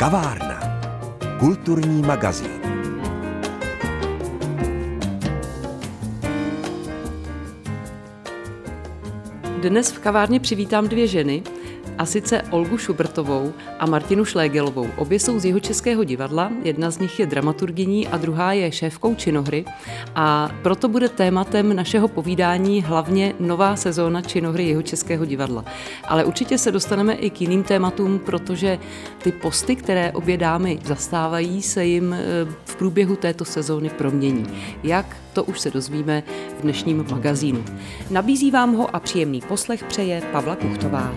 Kavárna. Kulturní magazín. Dnes v kavárně přivítám dvě ženy, a sice Olgu Šubrtovou a Martinu Šlégelovou. Obě jsou z Jihočeského divadla, jedna z nich je dramaturgyní a druhá je šéfkou činohry. A proto bude tématem našeho povídání hlavně nová sezóna činohry Jihočeského divadla. Ale určitě se dostaneme i k jiným tématům, protože ty posty, které obě dámy zastávají, se jim v průběhu této sezóny promění. Jak? To už se dozvíme v dnešním magazínu. Nabízí vám ho a příjemný poslech přeje Pavla Kuchtová.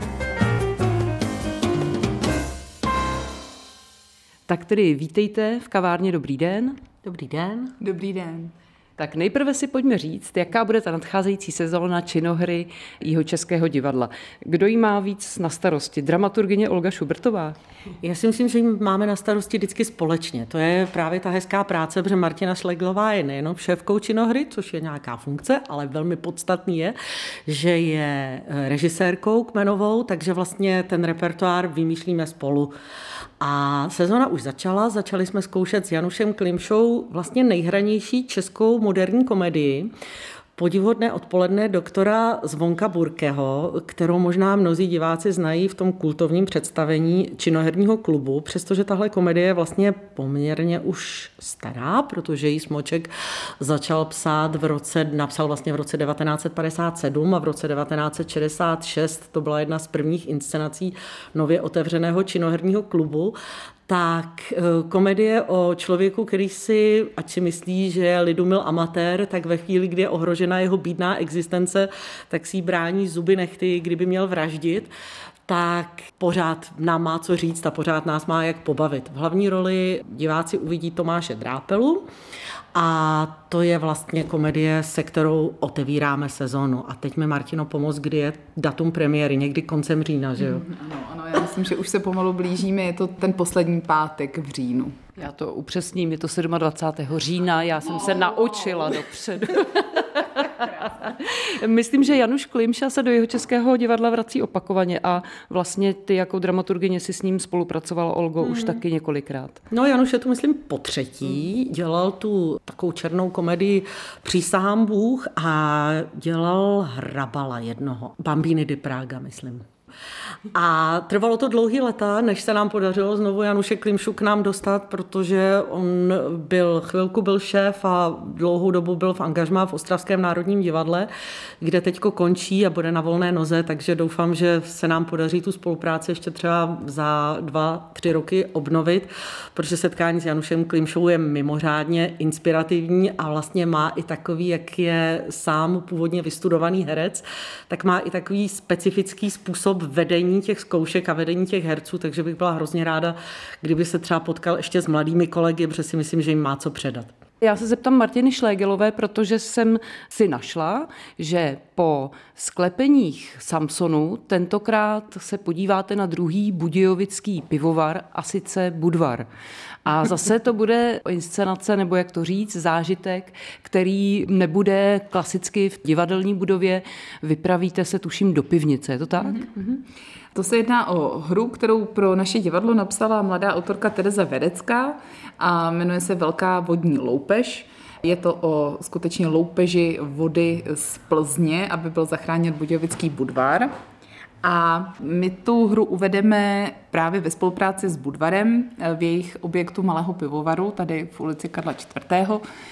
Tak tedy vítejte v kavárně, dobrý den. Dobrý den. Dobrý den. Tak nejprve si pojďme říct, jaká bude ta nadcházející sezóna činohry Jihočeského divadla. Kdo jí má víc na starosti? Dramaturgyně Olga Šubrtová? Já si myslím, že ji máme na starosti vždycky společně. To je právě ta hezká práce, protože Martina Šlégelová je nejenom šéfkou činohry, což je nějaká funkce, ale velmi podstatný je, že je režisérkou kmenovou, takže vlastně ten repertoár vymýšlíme spolu. A sezona už začali jsme zkoušet s Janušem Klimšou vlastně nejhranější českou moderní komedii Podivodné odpoledne doktora Zvonka Burkeho, kterou možná mnozí diváci znají v tom kultovním představení Činoherního klubu, přestože tahle komedie je vlastně poměrně už stará, protože ji Smoček začal napsal vlastně v roce 1957 a v roce 1966 to byla jedna z prvních inscenací nově otevřeného Činoherního klubu. Tak komedie o člověku, který ať si myslí, že je lidumil amatér, tak ve chvíli, kdy je ohrožena jeho bídná existence, tak si jí brání zuby nehty, kdyby měl vraždit, tak pořád nám má co říct a pořád nás má jak pobavit. V hlavní roli diváci uvidí Tomáše Drápelu a to je vlastně komedie, se kterou otevíráme sezonu. A teď mi, Martino, pomoct, kdy je datum premiéry, někdy koncem října, že jo? Ano, já myslím, že už se pomalu blížíme, je to ten poslední pátek v říjnu. Já to upřesním, je to 27. října, já jsem se naučila dopředu. Myslím, že Januš Klimša se do Jihočeského divadla vrací opakovaně a vlastně ty jako dramaturgyně si s ním spolupracovala, Olgo, už taky několikrát. No, Januš je tu, myslím, potřetí. Dělal tu takovou černou komedii Přísahám Bůh a dělal Hrabala jednoho. Bambíny di Praga, myslím. A trvalo to dlouhý léta, než se nám podařilo znovu Januše Klimšu k nám dostat, protože on chvilku byl šéf a dlouhou dobu byl v angažmá v Ostravském národním divadle, kde teďko končí a bude na volné noze, takže doufám, že se nám podaří tu spolupráci ještě třeba za 2-3 roky obnovit, protože setkání s Janušem Klimšou je mimořádně inspirativní a vlastně má i takový, jak je sám původně vystudovaný herec, tak má i takový specifický způsob vedení těch zkoušek a vedení těch herců, takže bych byla hrozně ráda, kdyby se třeba potkal ještě s mladými kolegy, protože si myslím, že jim má co předat. Já se zeptám Martiny Šlégelové, protože jsem si našla, že po sklepeních Samsonu tentokrát se podíváte na druhý budějovický pivovar, a sice Budvar. A zase to bude inscenace, nebo jak to říct, zážitek, který nebude klasicky v divadelní budově, vypravíte se, tuším, do pivnice, je to tak? Mm-hmm. To se jedná o hru, kterou pro naše divadlo napsala mladá autorka Tereza Vedecká a jmenuje se Velká vodní loupež. Je to o skutečně loupeži vody z Plzně, aby byl zachráněn Budějovický Budvar. A my tu hru uvedeme právě ve spolupráci s Budvarem v jejich objektu Malého pivovaru, tady v ulici Karla IV.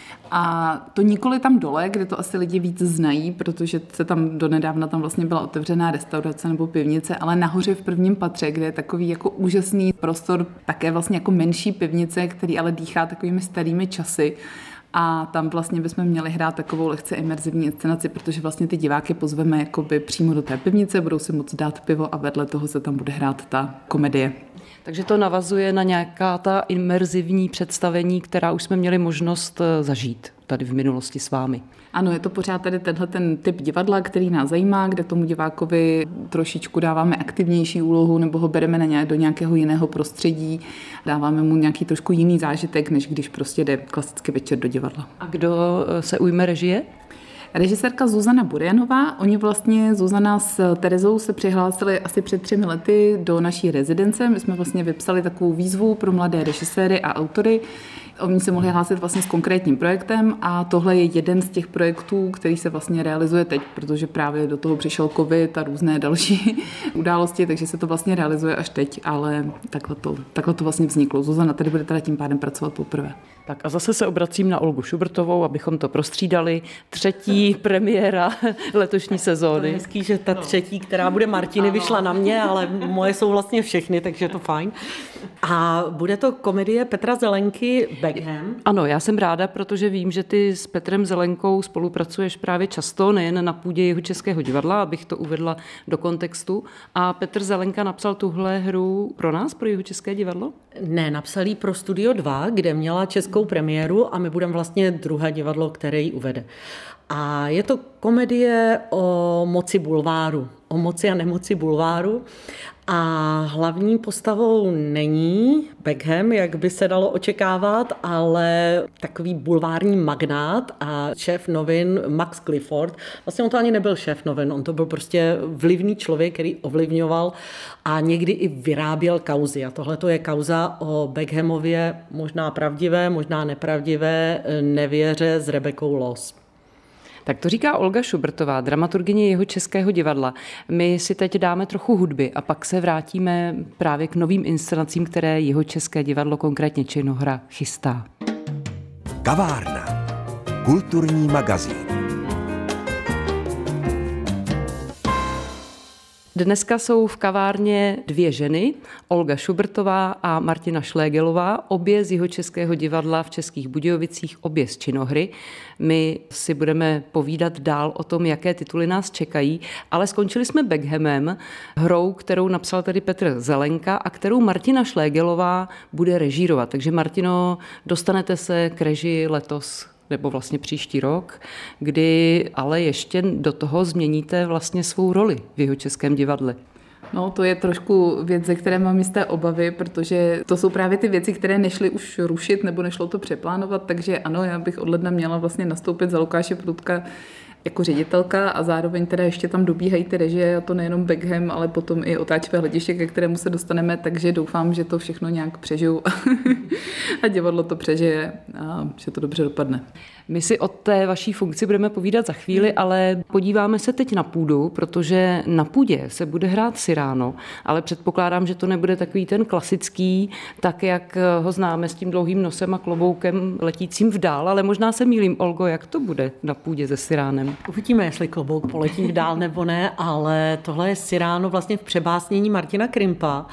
A to nikoli tam dole, kde to asi lidi víc znají, protože se tam donedávna tam vlastně byla otevřená restaurace nebo pivnice, ale nahoře v prvním patře, kde je takový jako úžasný prostor, také vlastně jako menší pivnice, který ale dýchá takovými starými časy. A tam vlastně bychom měli hrát takovou lehce imerzivní inscenaci, protože vlastně ty diváky pozveme jakoby přímo do té pivnice, budou si moct dát pivo a vedle toho se tam bude hrát ta komedie. Takže to navazuje na nějaká ta imerzivní představení, která už jsme měli možnost zažít tady v minulosti s vámi. Ano, je to pořád tady tenhle ten typ divadla, který nás zajímá, kde tomu divákovi trošičku dáváme aktivnější úlohu nebo ho bereme do nějakého jiného prostředí, dáváme mu nějaký trošku jiný zážitek, než když prostě jde klasicky večer do divadla. A kdo se ujme režie? režisérka Zuzana Burjanová. Oni vlastně, Zuzana s Terezou se přihlásili asi před 3 lety do naší rezidence. My jsme vlastně vypsali takovou výzvu pro mladé režiséry a autory. Oni se mohli hlásit vlastně s konkrétním projektem a tohle je jeden z těch projektů, který se vlastně realizuje teď, protože právě do toho přišel covid a různé další události, takže se to vlastně realizuje až teď, ale takhle to vlastně vzniklo. Zuzana tady bude teda tím pádem pracovat poprvé. Tak a zase se obracím na Olgu Šubrtovou, abychom to prostřídali. 3. premiéra letošní sezóny. To je hezký, že ta 3., která bude Martiny, vyšla na mě, ale moje jsou vlastně všechny, takže je to fajn. A bude to komedie Petra Zelenky Beckham. Ano, já jsem ráda, protože vím, že ty s Petrem Zelenkou spolupracuješ právě často, nejen na půdě Jihočeského divadla, abych to uvedla do kontextu. A Petr Zelenka napsal tuhle hru pro nás, pro Jihočeské divadlo? Ne, napsal ji pro Studio 2, kde měla českou premiéru a my budeme vlastně druhé divadlo, které ji uvede. A je to komedie o moci bulváru, o moci a nemoci bulváru. A hlavní postavou není Beckham, jak by se dalo očekávat, ale takový bulvární magnát a šéf novin Max Clifford. Vlastně on to ani nebyl šéf novin, on to byl prostě vlivný člověk, který ovlivňoval a někdy i vyráběl kauzy. A tohle to je kauza o Beckhamově možná pravdivé, možná nepravdivé nevěře s Rebekou Loss. Tak to říká Olga Šubrtová, dramaturgyně Jihočeského divadla. My si teď dáme trochu hudby a pak se vrátíme právě k novým inscenacím, které Jihočeské divadlo, konkrétně Činohra, chystá. Kavárna. Kulturní magazín. Dneska jsou v kavárně 2 ženy, Olga Šubrtová a Martina Šlégelová, obě z Jihočeského divadla v Českých Budějovicích, obě z Činohry. My si budeme povídat dál o tom, jaké tituly nás čekají, ale skončili jsme Beckhamem, hrou, kterou napsal tedy Petr Zelenka a kterou Martina Šlégelová bude režírovat. Takže Martino, dostanete se k režii letos, nebo vlastně příští rok, kdy ale ještě do toho změníte vlastně svou roli v Jihočeském divadle. No, to je trošku věc, ze které mám jisté obavy, protože to jsou právě ty věci, které nešly už rušit nebo nešlo to přeplánovat, takže ano, já bych od ledna měla vlastně nastoupit za Lukáše Prudka jako ředitelka a zároveň teda ještě tam dobíhají ty režie, a to nejenom Beckham, ale potom i Otáčivé hlediště, ke kterému se dostaneme, takže doufám, že to všechno nějak přežiju a divadlo to přežije a že to dobře dopadne. My si o té vaší funkci budeme povídat za chvíli, ale podíváme se teď na půdu, protože na půdě se bude hrát Cyrano, ale předpokládám, že to nebude takový ten klasický, tak jak ho známe s tím dlouhým nosem a kloboukem letícím vdál, ale možná se mýlím, Olgo, jak to bude na půdě se Cyránem? Uvidíme, jestli klobouk poletí dál nebo ne, ale tohle je Cyrano vlastně v přebásnění Martina Krimpa.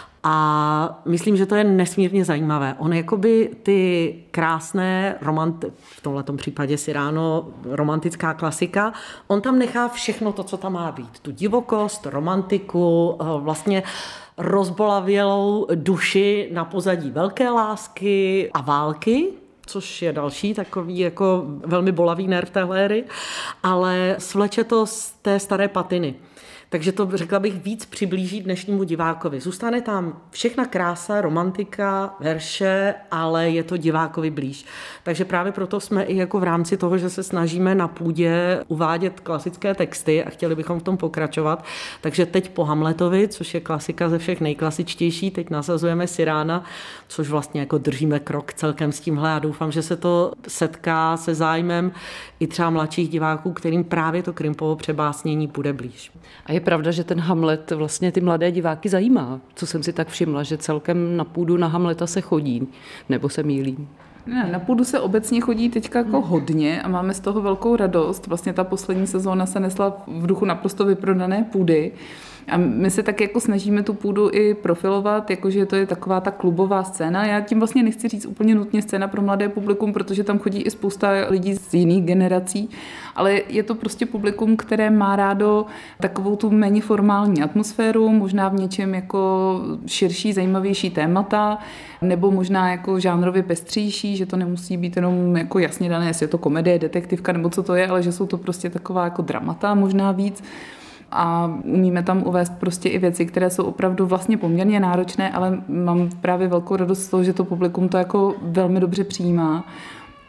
A myslím, že to je nesmírně zajímavé. On jakoby ty krásné, v tomhletom případě Cyrano, romantická klasika, on tam nechá všechno to, co tam má být. Tu divokost, romantiku, vlastně rozbolavělou duši na pozadí velké lásky a války, což je další takový jako velmi bolavý nerv téhle hry, ale svleče to z té staré patiny. Takže to, řekla bych, víc přiblíží dnešnímu divákovi. Zůstane tam všechna krása, romantika, verše, ale je to divákovi blíž. Takže právě proto jsme i jako v rámci toho, že se snažíme na půdě uvádět klasické texty a chtěli bychom v tom pokračovat. Takže teď po Hamletovi, což je klasika ze všech nejklasičtější, teď nasazujeme Cyrána, což vlastně jako držíme krok celkem s tímhle a doufám, že se to setká se zájmem i třeba mladších diváků, kterým právě to Krimpovo přebásnění bude blíž. A je pravda, že ten Hamlet vlastně ty mladé diváky zajímá, co jsem si tak všimla, že celkem na půdu na Hamleta se chodí, nebo se mýlím? Ne, na půdu se obecně chodí teďka jako hodně a máme z toho velkou radost. Vlastně ta poslední sezóna se nesla v duchu naprosto vyprodané půdy. A my se tak jako snažíme tu půdu i profilovat, jakože to je taková ta klubová scéna. Já tím vlastně nechci říct úplně nutně scéna pro mladé publikum, protože tam chodí i spousta lidí z jiných generací, ale je to prostě publikum, které má rádo takovou tu méně formální atmosféru, možná v něčem jako širší, zajímavější témata, nebo možná jako žánrově pestřejší, že to nemusí být jenom jako jasně dané, jestli je to komedie, detektivka nebo co to je, ale že jsou to prostě taková jako dramata možná víc. A umíme tam uvést prostě i věci, které jsou opravdu vlastně poměrně náročné, ale mám právě velkou radost z toho, že to publikum to jako velmi dobře přijímá.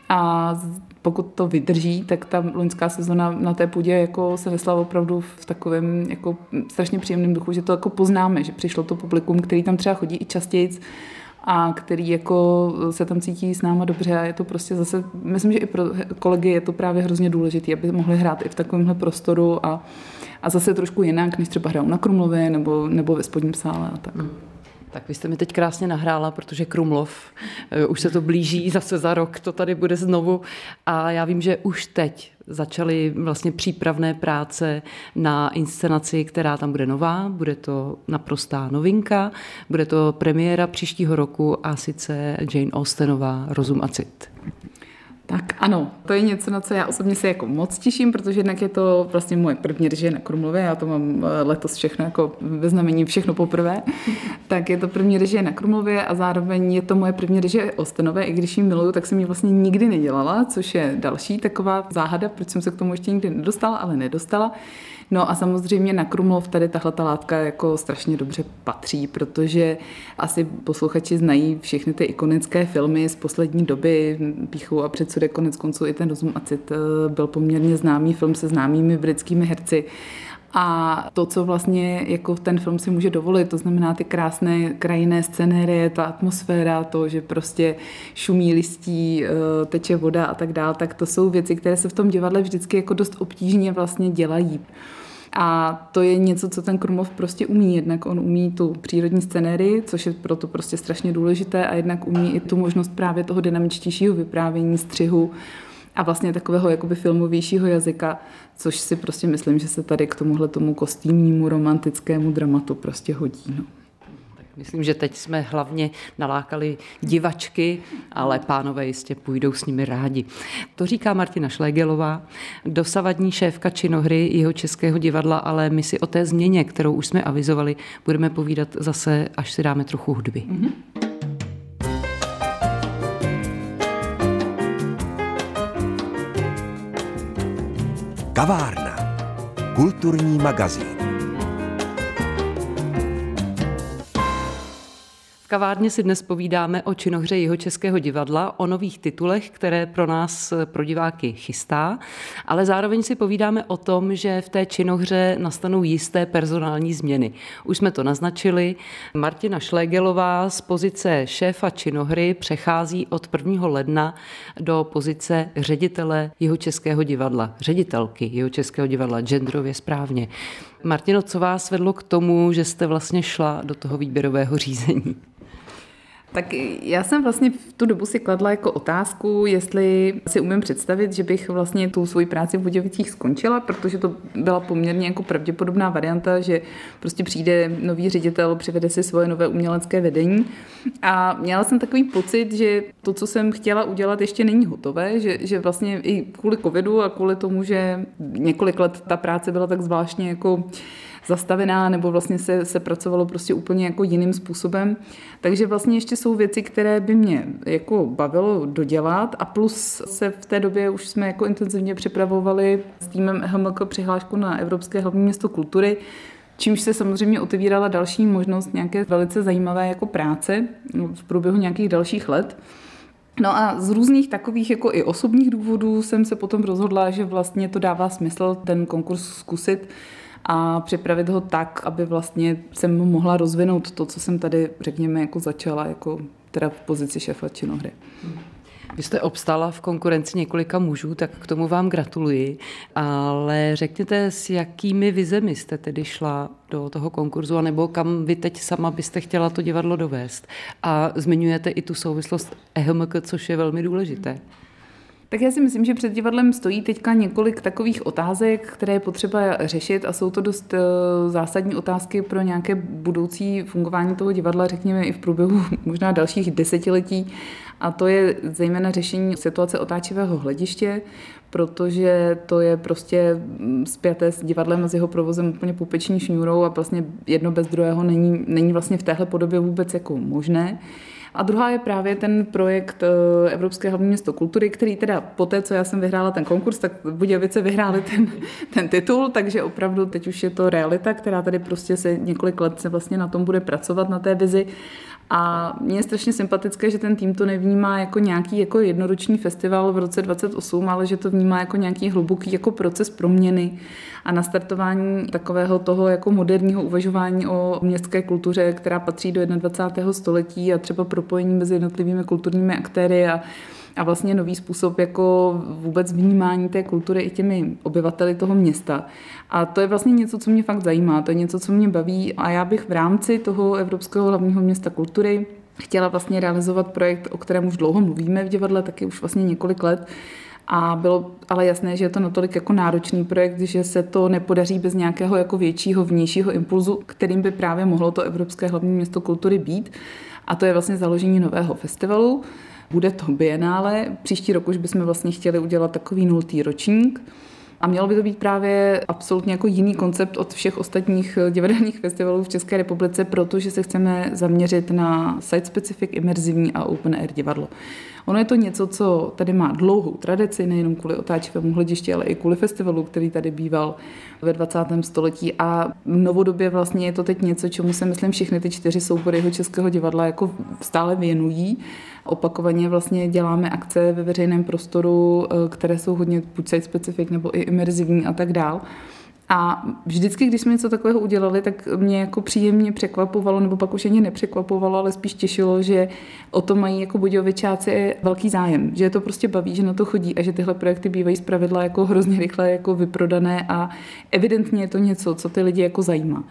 a pokud to vydrží, tak ta loňská sezona na té půdě jako se nesla opravdu v takovém jako strašně příjemném duchu, že to jako poznáme, že přišlo to publikum, který tam třeba chodí i častěji a který jako se tam cítí s náma dobře a je to prostě zase, myslím, že i pro kolegy je to právě hrozně důležité, aby mohli hrát i v takovémhle prostoru a zase trošku jinak, než třeba hrajou na Krumlově nebo ve spodním sále a tak. Tak vy jste mi teď krásně nahrála, protože Krumlov, už se to blíží, zase za rok to tady bude znovu a já vím, že už teď začaly vlastně přípravné práce na inscenaci, která tam bude nová, bude to naprostá novinka, bude to premiéra příštího roku a sice Jane Austenová Rozum a cit. Tak ano, to je něco, na co já osobně se jako moc těším, protože jednak je to vlastně moje první režie na Krumlově, já to mám letos všechno jako ve znamení všechno poprvé, tak je to první režie na Krumlově a zároveň je to moje první režie Austenové, i když ji miluju, tak jsem ji vlastně nikdy nedělala, což je další taková záhada, proč jsem se k tomu ještě nikdy nedostala, ale nedostala. No a samozřejmě na Krumlov tady tahleta látka jako strašně dobře patří, protože asi posluchači znají všechny ty ikonické filmy z poslední doby, Pýchu a předsudek, konec konců i ten Rozum a cit byl poměrně známý film se známými britskými herci. A to, co vlastně jako ten film si může dovolit, to znamená ty krásné krajinné scenérie, ta atmosféra, to, že prostě šumí listí, teče voda a tak dál, tak to jsou věci, které se v tom divadle vždycky jako dost obtížně vlastně dělají. A to je něco, co ten Krumlov prostě umí. Jednak on umí tu přírodní scenérii, což je proto prostě strašně důležité, a jednak umí i tu možnost právě toho dynamičtějšího vyprávění, střihu a vlastně takového jakoby filmovějšího jazyka, což si prostě myslím, že se tady k tomuhle tomu kostýmnímu romantickému dramatu prostě hodí. No. Myslím, že teď jsme hlavně nalákali divačky, ale pánové jistě půjdou s nimi rádi. To říká Martina Šlégelová, dosavadní šéfka činohry Jihočeského divadla, ale my si o té změně, kterou už jsme avizovali, budeme povídat zase, až si dáme trochu hudby. Mm-hmm. Kavárna. Kulturní magazín. V kavárně si dnes povídáme o činohře Jihočeského divadla, o nových titulech, které pro nás, pro diváky chystá, ale zároveň si povídáme o tom, že v té činohře nastanou jisté personální změny. Už jsme to naznačili. Martina Šlégelová z pozice šéfa činohry přechází od 1. ledna do pozice ředitele Jihočeského divadla, ředitelky Jihočeského divadla, genderově správně. Martino, co vás vedlo k tomu, že jste vlastně šla do toho výběrového řízení? Tak já jsem vlastně v tu dobu si kladla jako otázku, jestli si umím představit, že bych vlastně tu svoji práci v Budějovicích skončila, protože to byla poměrně jako pravděpodobná varianta, že prostě přijde nový ředitel, přivede si svoje nové umělecké vedení. A měla jsem takový pocit, že to, co jsem chtěla udělat, ještě není hotové, že vlastně i kvůli covidu a kvůli tomu, že několik let ta práce byla tak zvláštně jako zastavená, nebo vlastně se pracovalo prostě úplně jako jiným způsobem. Takže vlastně ještě jsou věci, které by mě jako bavilo dodělat, a plus se v té době už jsme jako intenzivně připravovali s týmem HMK přihlášku na Evropské hlavní město kultury, čímž se samozřejmě otevírala další možnost nějaké velice zajímavé jako práce v průběhu nějakých dalších let. No a z různých takových jako i osobních důvodů jsem se potom rozhodla, že vlastně to dává smysl ten konkurs zkusit a připravit ho tak, aby vlastně jsem mohla rozvinout to, co jsem tady, řekněme, jako začala, jako teda v pozici šéfa činohry. Vy jste obstála v konkurenci několika mužů, tak k tomu vám gratuluji, ale řekněte, s jakými vizemi jste tedy šla do toho konkurzu, anebo kam vy teď sama byste chtěla to divadlo dovést. A zmiňujete i tu souvislost EHMK, což je velmi důležité. Tak já si myslím, že před divadlem stojí teďka několik takových otázek, které je potřeba řešit, a jsou to dost zásadní otázky pro nějaké budoucí fungování toho divadla, řekněme i v průběhu možná dalších desetiletí. A to je zejména řešení situace otáčivého hlediště, protože to je prostě spjaté s divadlem a s jeho provozem úplně pupeční šňůrou a vlastně jedno bez druhého není vlastně v téhle podobě vůbec jako možné. A druhá je právě ten projekt Evropské hlavní město kultury, který teda poté, co já jsem vyhrála ten konkurs, tak Budějovice vyhráli ten titul, takže opravdu teď už je to realita, která tady prostě se několik let se vlastně na tom bude pracovat, na té vizi. A mně je strašně sympatické, že ten tým to nevnímá jako nějaký jako jednoroční festival v roce 28, ale že to vnímá jako nějaký hluboký jako proces proměny a nastartování takového toho jako moderního uvažování o městské kultuře, která patří do 21. století a třeba propojení mezi jednotlivými kulturními aktéry a vlastně nový způsob jako vůbec vnímání té kultury i těmi obyvateli toho města. A to je vlastně něco, co mě fakt zajímá, to je něco, co mě baví a já bych v rámci toho Evropského hlavního města kultury chtěla vlastně realizovat projekt, o kterém už dlouho mluvíme v divadle, taky už vlastně několik let. A bylo ale jasné, že je to natolik jako náročný projekt, že se to nepodaří bez nějakého jako většího vnějšího impulzu, kterým by právě mohlo to Evropské hlavní město kultury být. A to je vlastně založení nového festivalu. Bude to bienále. Příští rok už bychom vlastně chtěli udělat takový 0. ročník. A mělo by to být právě absolutně jako jiný koncept od všech ostatních divadelních festivalů v České republice, protože se chceme zaměřit na site-specific, imerzivní a open air divadlo. Ono je to něco, co tady má dlouhou tradici, nejenom kvůli otáčivému hledišti, ale i kvůli festivalu, který tady býval ve 20. století. A novodobě vlastně je to teď něco, čemu se myslím všechny ty 4 soubory Jihočeského divadla jako stále věnují. Opakovaně vlastně děláme akce ve veřejném prostoru, které jsou hodně buď site specific nebo i imerzivní a tak dál. A vždycky, když jsme něco takového udělali, tak mě jako příjemně překvapovalo, nebo pak už ani nepřekvapovalo, ale spíš těšilo, že o to mají jako Budějovičáci velký zájem, že je to prostě baví, že na to chodí a že tyhle projekty bývají zpravidla jako hrozně rychle jako vyprodané a evidentně je to něco, co ty lidi jako zajímá.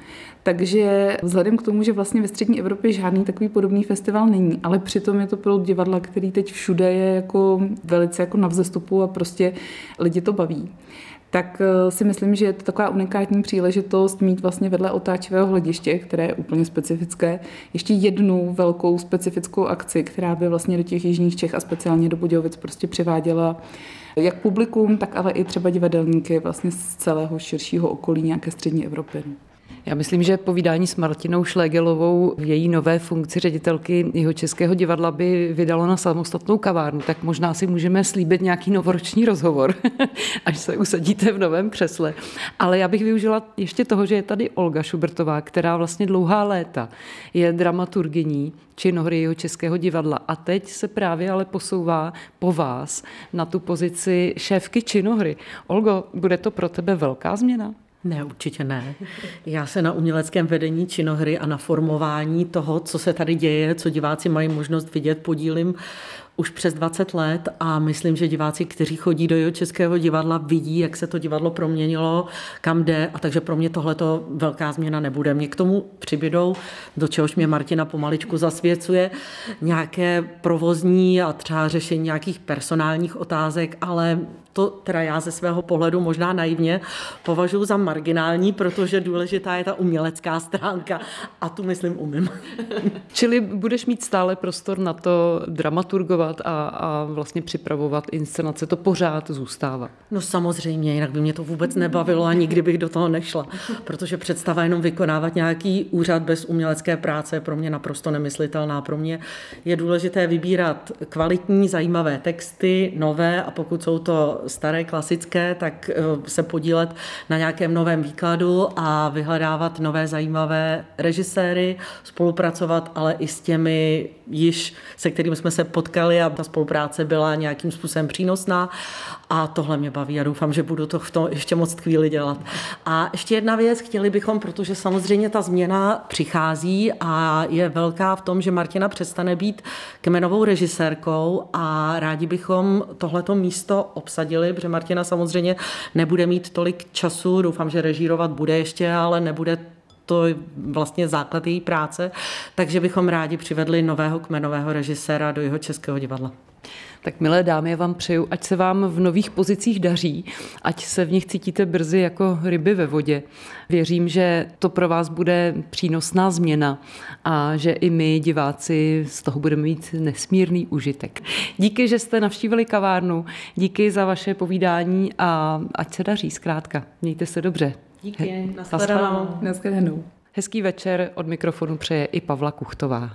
Takže vzhledem k tomu, že vlastně ve střední Evropě žádný takový podobný festival není, ale přitom je to pro divadla, který teď všude je jako velice jako na vzestupu a prostě lidi to baví, tak si myslím, že je to taková unikátní příležitost mít vlastně vedle otáčivého hlediště, které je úplně specifické, ještě jednu velkou specifickou akci, která by vlastně do těch jižních Čech a speciálně do Budějovic prostě přiváděla jak publikum, tak ale i třeba divadelníky vlastně z celého širšího okolí nějaké střední Evropy. Já myslím, že povídání s Martinou Šlégelovou v její nové funkci ředitelky Jihočeského divadla by vydalo na samostatnou kavárnu, tak možná si můžeme slíbit nějaký novoroční rozhovor, až se usadíte v novém křesle. Ale já bych využila ještě toho, že je tady Olga Šubrtová, která vlastně dlouhá léta je dramaturgyní činohry Jihočeského divadla a teď se právě ale posouvá po vás na tu pozici šéfky činohry. Olgo, bude to pro tebe velká změna? Ne, určitě ne. Já se na uměleckém vedení činohry a na formování toho, co se tady děje, co diváci mají možnost vidět, podílím už přes 20 let a myslím, že diváci, kteří chodí do Jihočeského divadla, vidí, jak se to divadlo proměnilo, kam jde, a takže pro mě tohleto velká změna nebude. Mě k tomu přibydou, do čehož mě Martina pomaličku zasvěcuje, nějaké provozní a třeba řešení nějakých personálních otázek, ale to teda já ze svého pohledu možná naivně považuji za marginální, protože důležitá je ta umělecká stránka a tu myslím umím. Čili budeš mít stále prostor na to dramaturgovat a vlastně připravovat inscenace, to pořád zůstává. No samozřejmě, jinak by mě to vůbec nebavilo a nikdy bych do toho nešla, protože představa jenom vykonávat nějaký úřad bez umělecké práce je pro mě naprosto nemyslitelná. Pro mě je důležité vybírat kvalitní, zajímavé texty, nové, a pokud jsou to staré, klasické, tak se podílet na nějakém novém výkladu a vyhledávat nové zajímavé režiséry, spolupracovat ale i s těmi již, se kterými jsme se potkali a ta spolupráce byla nějakým způsobem přínosná a tohle mě baví a doufám, že budu to v tom ještě moc chvíli dělat. A ještě jedna věc, chtěli bychom, protože samozřejmě ta změna přichází a je velká v tom, že Martina přestane být kmenovou režisérkou a rádi bychom tohleto místo obsadili, protože Martina samozřejmě nebude mít tolik času, doufám, že režírovat bude ještě, ale nebude to vlastně základ její práce, takže bychom rádi přivedli nového kmenového režiséra do Jihočeského divadla. Tak milé dámy, já vám přeju, ať se vám v nových pozicích daří, ať se v nich cítíte brzy jako ryby ve vodě. Věřím, že to pro vás bude přínosná změna a že i my, diváci, z toho budeme mít nesmírný užitek. Díky, že jste navštívili kavárnu, díky za vaše povídání a ať se daří zkrátka. Mějte se dobře. Díky, Nashledanou. Hezký večer, od mikrofonu přeje i Pavla Kuchtová.